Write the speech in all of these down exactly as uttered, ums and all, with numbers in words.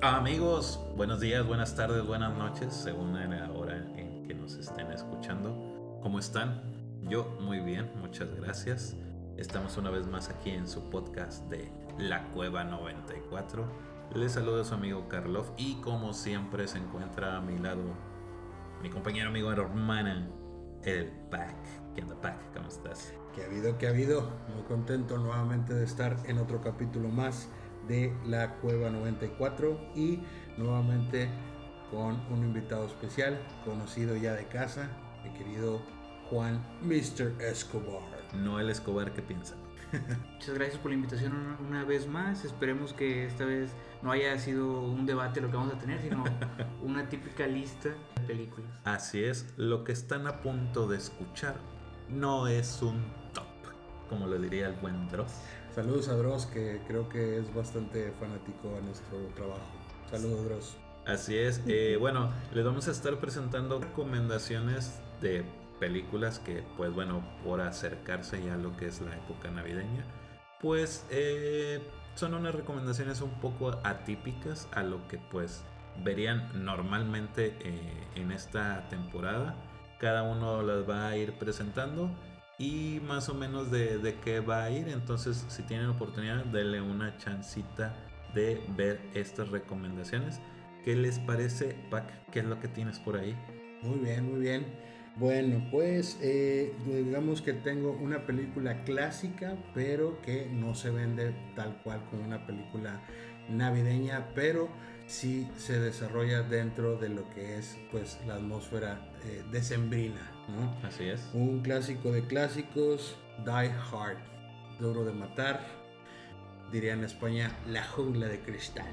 Amigos, buenos días, buenas tardes, buenas noches, según la hora en que nos estén escuchando. ¿Cómo están? Yo muy bien, muchas gracias. Estamos una vez más aquí en su podcast de La Cueva noventa y cuatro. Les saluda su amigo Karloff y como siempre se encuentra a mi lado mi compañero amigo hermana, el Pac. ¿Qué onda, Pac? ¿Cómo estás? ¿Qué ha habido? ¿Qué ha habido? Muy contento nuevamente de estar en otro capítulo más de La Cueva noventa y cuatro y nuevamente con un invitado especial, conocido ya de casa, mi querido Juan mister Escobar. No el Escobar que piensa. Muchas gracias por la invitación una, una vez más. Esperemos que esta vez no haya sido un debate lo que vamos a tener, sino una típica lista de películas. Así es, lo que están a punto de escuchar no es un top, como lo diría el buen Dross. Saludos a Dross, que creo que es bastante fanático a nuestro trabajo. Saludos, Dross. Así es, eh, bueno, les vamos a estar presentando recomendaciones de películas que, pues bueno, por acercarse ya a lo que es la época navideña, pues eh, son unas recomendaciones un poco atípicas a lo que pues verían normalmente eh, en esta temporada. Cada uno las va a ir presentando y más o menos de, de qué va a ir. Entonces, si tienen oportunidad, denle una chancita de ver estas recomendaciones. ¿Qué les parece, Pac? ¿Qué es lo que tienes por ahí? Muy bien, muy bien. Bueno, pues eh, digamos que tengo una película clásica, pero que no se vende tal cual como una película navideña, pero sí se desarrolla dentro de lo que es pues la atmósfera eh, decembrina, ¿no? Así es. Un clásico de clásicos, Die Hard, Duro de Matar, diría en España La Jungla de Cristal,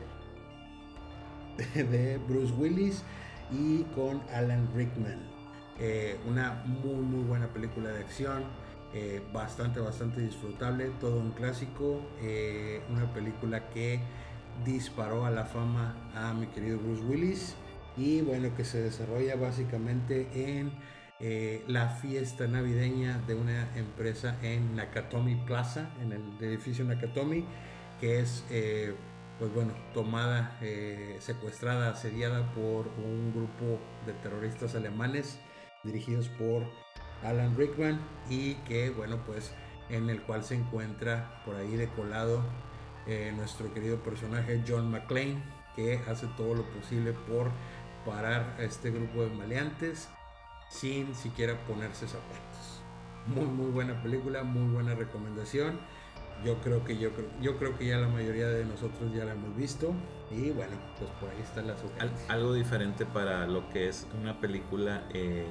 de Bruce Willis y con Alan Rickman. Eh, una muy muy buena película de acción, eh, bastante bastante disfrutable, todo un clásico, eh, una película que disparó a la fama a mi querido Bruce Willis y bueno, que se desarrolla básicamente en eh, la fiesta navideña de una empresa en Nakatomi Plaza, en el edificio Nakatomi, que es eh, pues bueno, tomada, eh, secuestrada, asediada por un grupo de terroristas alemanes dirigidos por Alan Rickman y que bueno, pues en el cual se encuentra por ahí de colado eh, nuestro querido personaje John McClane, que hace todo lo posible por parar a este grupo de maleantes sin siquiera ponerse zapatos. Muy muy buena película, muy buena recomendación. Yo creo que yo creo, yo creo que ya la mayoría de nosotros ya la hemos visto y bueno, pues por ahí está la sugerencia. Al, algo diferente para lo que es una película eh,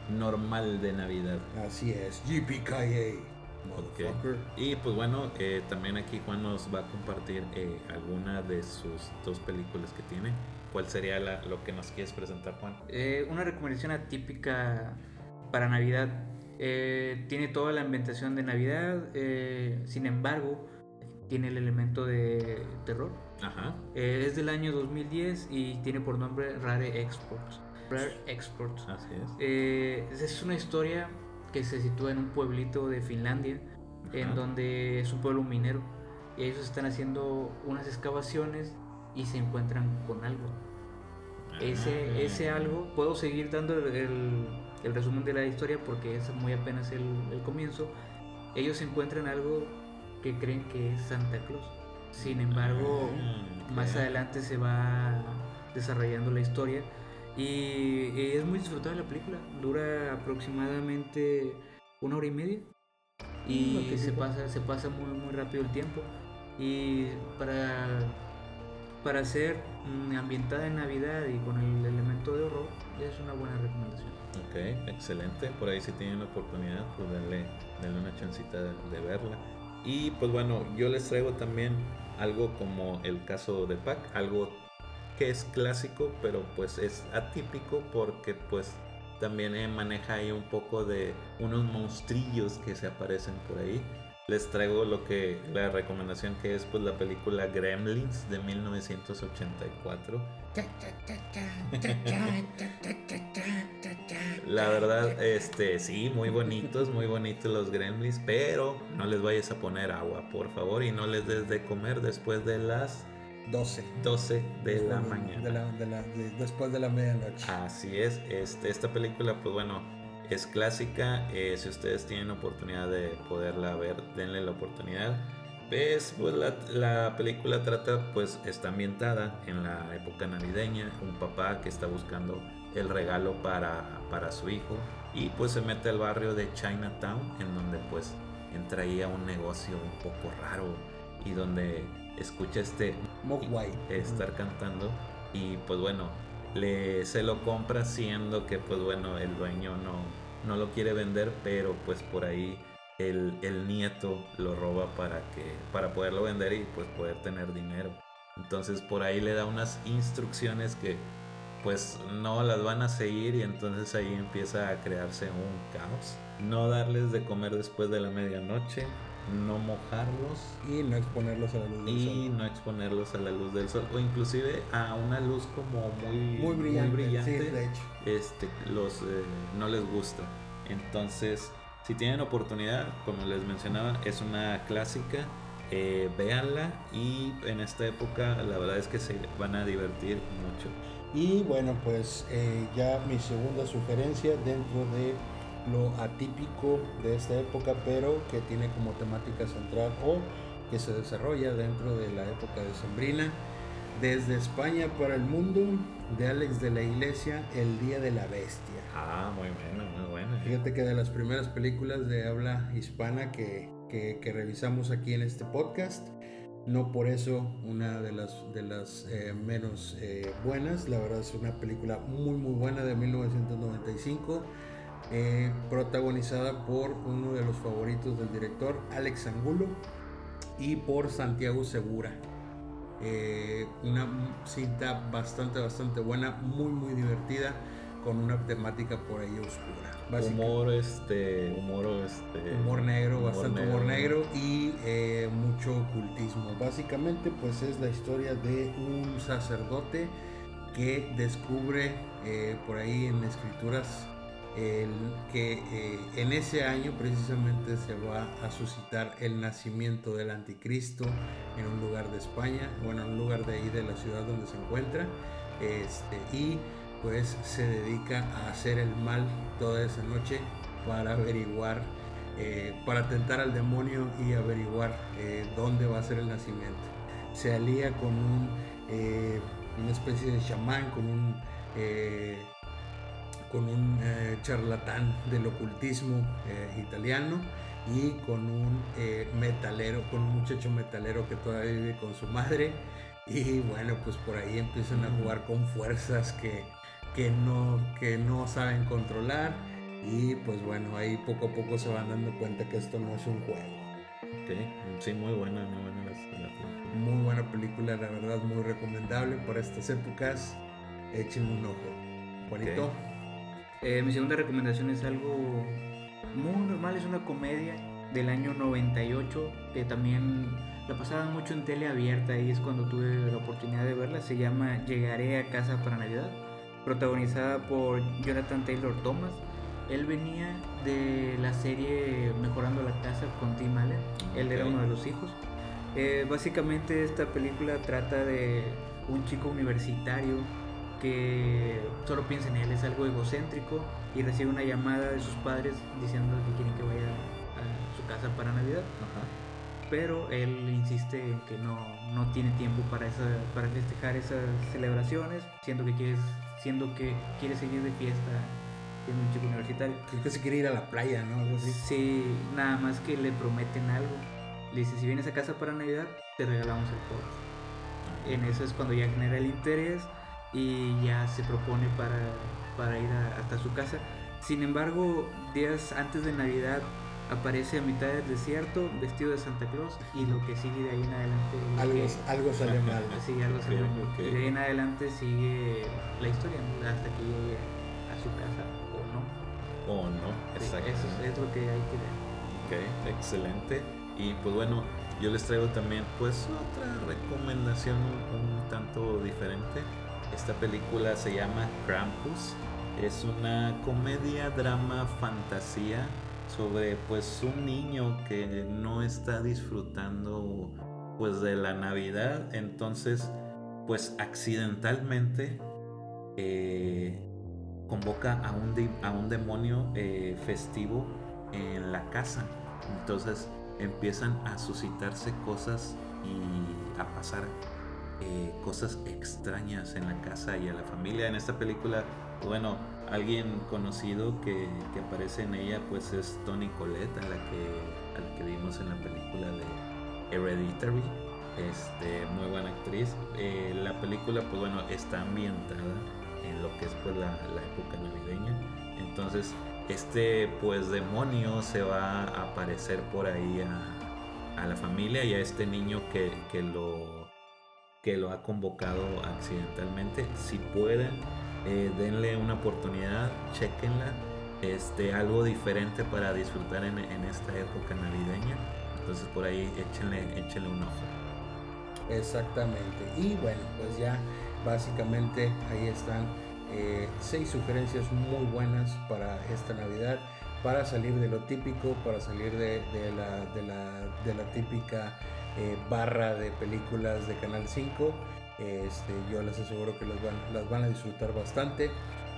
normal de Navidad. Así es, J P K A. Okay. Y pues bueno, eh, también aquí Juan nos va a compartir eh, alguna de sus dos películas que tiene. ¿Cuál sería la, lo que nos quieres presentar, Juan? Eh, una recomendación atípica para Navidad. Eh, tiene toda la ambientación de Navidad, eh, sin embargo, tiene el elemento de terror. Ajá. Eh, es del año dos mil diez y tiene por nombre Rare Exports. Rare Exports. Así es. Eh, es una historia que se sitúa en un pueblito de Finlandia, ajá, en donde es un pueblo minero y ellos están haciendo unas excavaciones y se encuentran con algo. Ah, ese, ese algo, puedo seguir dando el, el, el resumen de la historia porque es muy apenas el, el comienzo. Ellos encuentran algo que creen que es Santa Claus. Sin embargo, ah, okay, más adelante se va desarrollando la historia y, y es muy disfrutable la película. Dura aproximadamente una hora y media y se pasa, se pasa muy, muy rápido el tiempo. Y para, para ser ambientada en Navidad y con el elemento de horror, es una buena recomendación. Ok, excelente. Por ahí si tienen la oportunidad, pues denle, denle una chancita de, de verla. Y pues bueno, yo les traigo también algo como el caso de Pac, algo que es clásico, pero pues es atípico porque pues también eh, maneja ahí un poco de unos monstrillos que se aparecen por ahí. Les traigo lo que la recomendación que es pues la película Gremlins de mil novecientos ochenta y cuatro. La verdad, este, sí, muy bonitos, muy bonitos los Gremlins, pero no les vayas a poner agua, por favor, y no les des de comer después de las doce. doce de Después la de- mañana. de la- de la- de- después de la medianoche. Así es, este, esta película pues bueno, es clásica, eh, si ustedes tienen oportunidad de poderla ver, denle la oportunidad. Ves, pues la, la película trata, pues está ambientada en la época navideña, un papá que está buscando el regalo para, para su hijo y pues se mete al barrio de Chinatown, en donde pues entra ahí a un negocio un poco raro y donde escucha este Mogwai. estar cantando y pues bueno, le, se lo compra siendo que pues bueno, el dueño no, no lo quiere vender, pero pues por ahí el, el nieto lo roba para que para poderlo vender y pues poder tener dinero. Entonces por ahí le da unas instrucciones que pues no las van a seguir y entonces ahí empieza a crearse un caos. No darles de comer después de la medianoche, no mojarlos Y no exponerlos a la luz del y sol. no exponerlos a la luz del sol o inclusive a una luz como muy, Muy brillante. brillante, Sí, de hecho. este, los, eh, no les gusta. Entonces, si tienen oportunidad, como les mencionaba, es una clásica, eh, véanla y en esta época la verdad es que se van a divertir mucho. Y bueno, pues eh, ya mi segunda sugerencia dentro de lo atípico de esta época, pero que tiene como temática central o que se desarrolla dentro de la época decembrina. Desde España para el mundo, de Alex de la Iglesia, El Día de la Bestia. Ah, muy buena, muy buena. Fíjate que de las primeras películas de habla hispana que, que, que revisamos aquí en este podcast, no por eso una de las, de las eh, menos eh, buenas. La verdad es una película muy muy buena de mil novecientos noventa y cinco, eh, protagonizada por uno de los favoritos del director, Alex Angulo, y por Santiago Segura. Eh, una cinta bastante bastante buena, muy muy divertida, con una temática por ahí oscura. Básicamente, Humor, este, humor, este, humor negro, humor bastante negro. humor negro y eh, mucho ocultismo. Básicamente pues es la historia de un sacerdote que descubre eh, por ahí en escrituras el, que eh, en ese año precisamente se va a suscitar el nacimiento del anticristo en un lugar de España, bueno, en un lugar de ahí de la ciudad donde se encuentra, este, y pues se dedica a hacer el mal toda esa noche para averiguar, eh, para tentar al demonio y averiguar eh, dónde va a ser el nacimiento. Se alía con un, eh, una especie de chamán, con un, eh, con un eh, charlatán del ocultismo eh, italiano y con un eh, metalero, con un muchacho metalero que todavía vive con su madre. Y bueno, pues por ahí empiezan a jugar con fuerzas que, que, no, que no saben controlar. Y pues bueno, ahí poco a poco se van dando cuenta que esto no es un juego. Okay. Sí, muy buena, muy buena la, la película. Muy buena película, la verdad, muy recomendable para estas épocas. Échenle un ojo. Juanito. Ok. Eh, mi segunda recomendación es algo muy normal, es una comedia del año noventa y ocho que también la pasaban mucho en tele abierta y es cuando tuve la oportunidad de verla. Se llama Llegaré a casa para Navidad, protagonizada por Jonathan Taylor Thomas. Él venía de la serie Mejorando la Casa con Tim Allen, él era Ok. uno de los hijos. Eh, básicamente esta película trata de un chico universitario que solo piensa en él, es algo egocéntrico y recibe una llamada de sus padres diciendo que quieren que vaya a su casa para Navidad, Ajá. pero él insiste en que no, no tiene tiempo para, esa, para festejar esas celebraciones, siendo que, quiere, siendo que quiere seguir de fiesta siendo un chico universitario. Creo que se quiere ir a la playa, ¿no? Algo así. Sí, nada más que le prometen algo. Le dice, si vienes a casa para Navidad, te regalamos el Porsche. En eso es cuando ya genera el interés y ya se propone para, para ir a- hasta su casa. Sin embargo, días antes de Navidad aparece a mitad del desierto vestido de Santa Claus y lo que sigue de ahí en adelante es lo Algo, que- algo sale mal. sí, algo sale Ok, mal. ok. Y de ahí en adelante sigue la historia, ¿no? Hasta que llegue a su casa o no. O no, Sí, exacto. eso es, es lo que hay que ver. Ok, excelente. Y pues bueno, yo les traigo también pues otra recomendación un, un tanto diferente. Esta película se llama Krampus. Es una comedia, drama, fantasía sobre pues un niño que no está disfrutando pues de la Navidad. Entonces pues accidentalmente eh, convoca a un, de, a un demonio eh, festivo en la casa. Entonces empiezan a suscitarse cosas y a pasar eh, cosas extrañas en la casa y a la familia. En esta película, bueno, alguien conocido que, que aparece en ella pues es Toni Collette, a la que, a la que vimos en la película de Hereditary. Este, muy buena actriz. Eh, la película pues bueno está ambientada en lo que es pues la, la época navideña. Entonces este pues demonio se va a aparecer por ahí a, a la familia y a este niño que, que lo que lo ha convocado accidentalmente. Si pueden, eh, denle una oportunidad, chequenla. Este, algo diferente para disfrutar en, en esta época navideña. Entonces por ahí échenle, échenle un ojo. Exactamente. Y bueno, pues ya básicamente ahí están eh, seis sugerencias muy buenas para esta Navidad, para salir de lo típico, para salir de, de, la, de, la, de la típica eh, barra de películas de Canal cinco. Este, yo les aseguro que las van, las van a disfrutar bastante.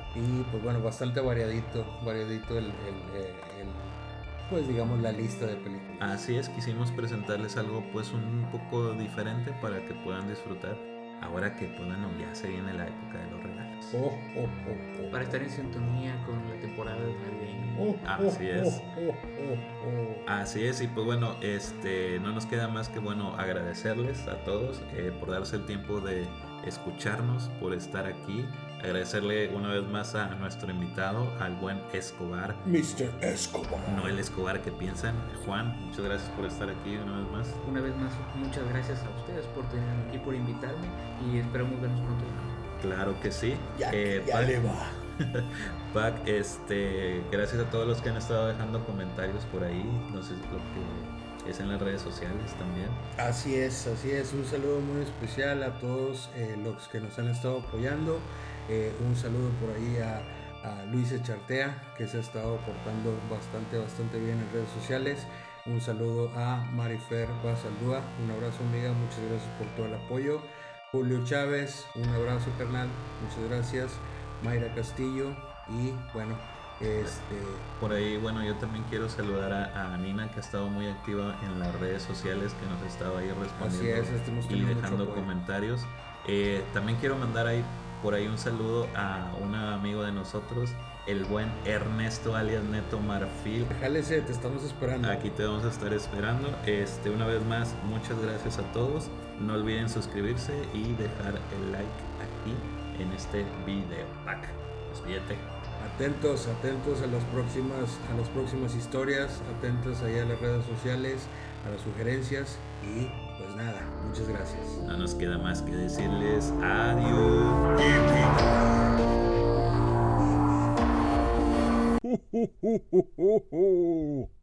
Y pues bueno, bastante variadito, variadito el, el, el, el pues digamos la lista de películas. Así es, quisimos presentarles algo pues un poco diferente para que puedan disfrutar ahora que pues, bueno, ya se viene la época de los regalos. Oh, oh, oh, oh. Para estar en sintonía con la temporada navideña. Oh, Así oh, es. oh, oh, oh. Así es, y pues bueno, este, no nos queda más que bueno agradecerles a todos eh, por darse el tiempo de escucharnos, por estar aquí. Agradecerle una vez más a nuestro invitado, al buen Escobar. mister Escobar. No el Escobar que piensan. Juan, muchas gracias por estar aquí una vez más. Una vez más, muchas gracias a ustedes por tenerme aquí, por invitarme y esperamos vernos pronto. Claro que sí. Ya, Eh, ya Pac- le va. Pac, este, gracias a todos los que han estado dejando comentarios por ahí. No sé lo que es en las redes sociales también. Así es, así es. Un saludo muy especial a todos eh, los que nos han estado apoyando. Eh, un saludo por ahí a, a Luis Echartea, que se ha estado portando bastante, bastante bien en redes sociales. Un saludo a Marifer Basaldúa. Un abrazo, amiga. Muchas gracias por todo el apoyo. Julio Chávez, un abrazo, carnal. Muchas gracias. Mayra Castillo. Y bueno, este... Por ahí, bueno, yo también quiero saludar a, a Nina, que ha estado muy activa en las redes sociales, que nos estaba ahí respondiendo Así es, estamos y teniendo mucho dejando apoyo. comentarios. Eh, también quiero mandar ahí por ahí un saludo a un amigo de nosotros, el buen Ernesto alias Neto Marfil. Jálese, te estamos esperando. Aquí te vamos a estar esperando. Este, una vez más, muchas gracias a todos. No olviden suscribirse y dejar el like aquí en este video. Pac, despídete. Atentos, atentos a las próximas, a las próximas historias, atentos ahí a las redes sociales, a las sugerencias y pues nada, muchas gracias. No nos queda más que decirles adiós. Ho, ho, ho, ho, ho, ho.